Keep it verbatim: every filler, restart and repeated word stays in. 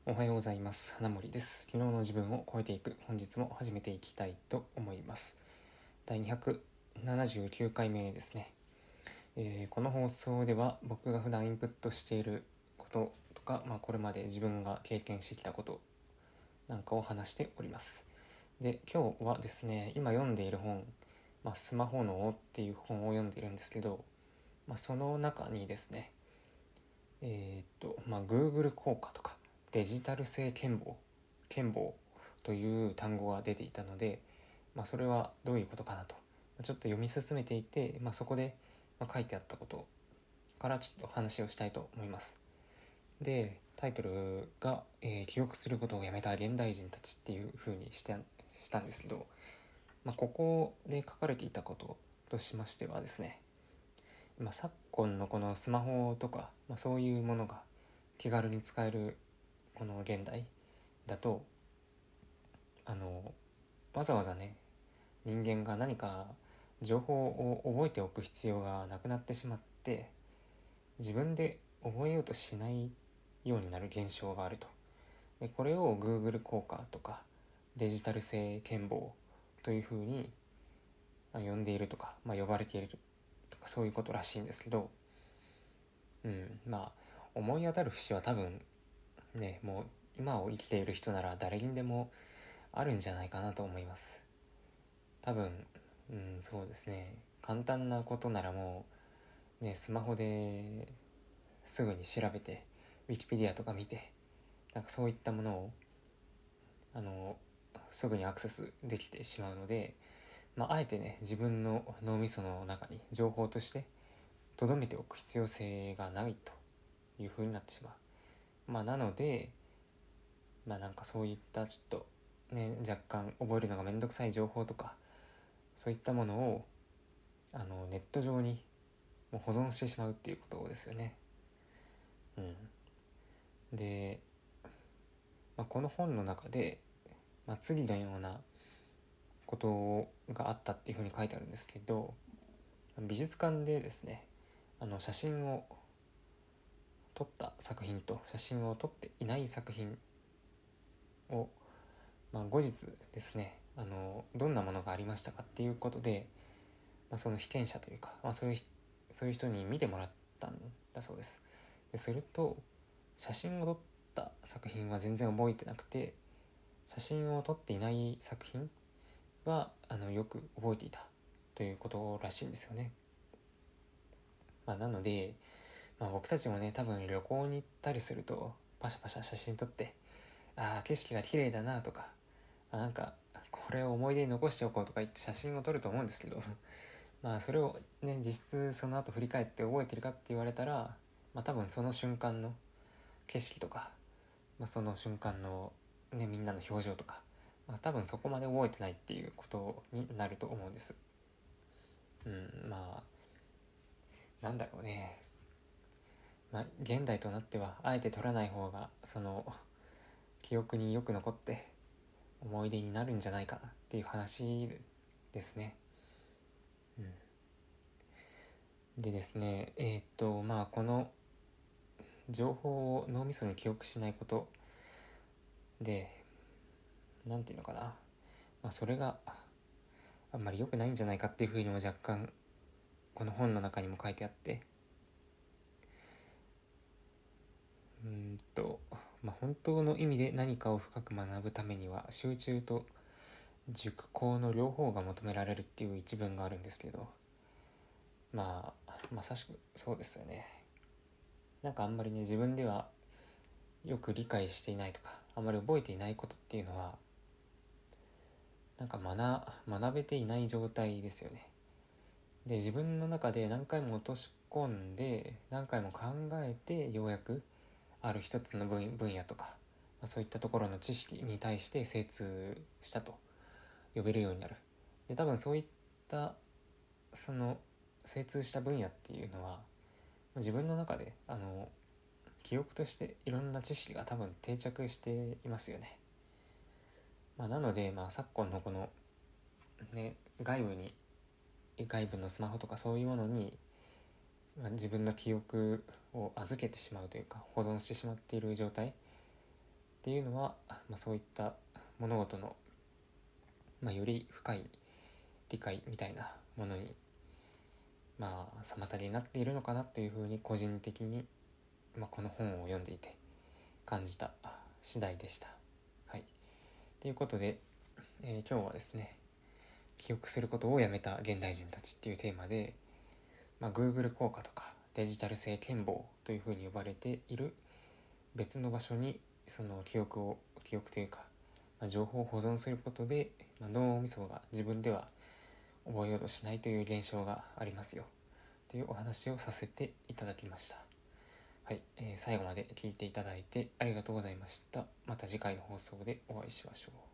おはようございます。花森です。昨日の自分を超えていく、本日も始めていきたいと思います。だいにひゃくななじゅうきゅうかいめですね。えーこの放送では僕が普段インプットしていることとか、まあ、これまで自分が経験してきたことなんかを話しております。で、今日はですね、今読んでいる本、まあ、スマホ脳っていう本を読んでいるんですけど、まあ、その中にですね、えーっと、まあ、Google 効果とかデジタル性健忘、健忘という単語が出ていたので、まあ、それはどういうことかなと、ちょっと読み進めていて、まあ、そこで書いてあったことからちょっと話をしたいと思います。で、タイトルが、えー記憶することをやめた現代人たちっていう風にしてしたんですけど、まあ、ここで書かれていたこととしましてはですね、まあ、昨今のこのスマホとか、まあ、そういうものが気軽に使えるこの現代だと、あのわざわざね、人間が何か情報を覚えておく必要がなくなってしまって、自分で覚えようとしないようになる現象があると。でこれを Google 効果とかデジタル性健忘というふうに呼んでいるとか、まあ、呼ばれているとか、そういうことらしいんですけど、うん、まあ思い当たる節は多分ね、もう今を生きている人なら誰にでもあるんじゃないかなと思います。多分、うん、そうですね、簡単なことならもうね、スマホですぐに調べて、ウィキペディアとか見て、なんかそういったものをあのすぐにアクセスできてしまうので、まあ、あえてね、自分の脳みその中に情報として留めておく必要性がないという風になってしまう。まあ、なので、まあなんかそういったちょっとね、若干覚えるのがめんどくさい情報とか、そういったものをあのネット上にもう保存してしまうっていうことですよね。うん。で、まあ、この本の中で、まあ、次のようなことがあったっていうふうに書いてあるんですけど、美術館でですね、あの写真を撮った作品と写真を撮っていない作品を、まあ、後日ですね、あのどんなものがありましたかっていうことで、まあ、その被験者というか、まあ、そういうそういう人に見てもらったんだそうです。ですると、写真を撮った作品は全然覚えてなくて、写真を撮っていない作品はあのよく覚えていたということらしいんですよね。まあ、なので、まあ、僕たちもね、多分旅行に行ったりするとパシャパシャ写真撮って、ああ景色が綺麗だなとか、あなんかこれを思い出に残しておこうとか言って写真を撮ると思うんですけどまあそれをね、実質その後振り返って覚えてるかって言われたら、まあ多分その瞬間の景色とか、まあ、その瞬間のね、みんなの表情とか、まあ、多分そこまで覚えてないっていうことになると思うんです。うん、まあなんだろうね、まあ、現代となってはあえて撮らない方がその記憶によく残って思い出になるんじゃないかなっていう話ですね。うん、でですね、えー、っとまあこの情報を脳みそに記憶しないことで、なんていうのかな、まあ、それがあんまり良くないんじゃないかっていうふうにも若干この本の中にも書いてあって、うんと、まあ、本当の意味で何かを深く学ぶためには集中と熟考の両方が求められるっていう一文があるんですけど、まあまさしくそうですよね。なんかあんまりね、自分ではよく理解していないとか、あんまり覚えていないことっていうのは、なんか学学べていない状態ですよね。で、自分の中で何回も落とし込んで何回も考えて、ようやくある一つの分分野とか、まあ、そういったところの知識に対して精通したと呼べるようになる。で、多分そういったその精通した分野っていうのは自分の中であの記憶としていろんな知識が多分定着していますよね。まあ、なので、まあ、昨今のこの、ね、外部に外部のスマホとかそういうものに、まあ、自分の記憶を預けてしまうというか保存してしまっている状態っっていうのは、まあ、そういった物事の、まあ、より深い理解みたいなものに、まあ、妨げになっているのかなというふうに個人的に、まあ、この本を読んでいて感じた次第でした。はい。ということで、えー今日はですね、記憶することをやめた現代人たちっていうテーマで、まあ、Google 効果とかデジタル性健忘というふうに呼ばれている別の場所にその記憶を記憶というか、まあ、情報を保存することで、まあ、脳みそが自分では覚えようとしないという現象がありますよというお話をさせていただきました。はい、えー最後まで聞いていただいてありがとうございました。また次回の放送でお会いしましょう。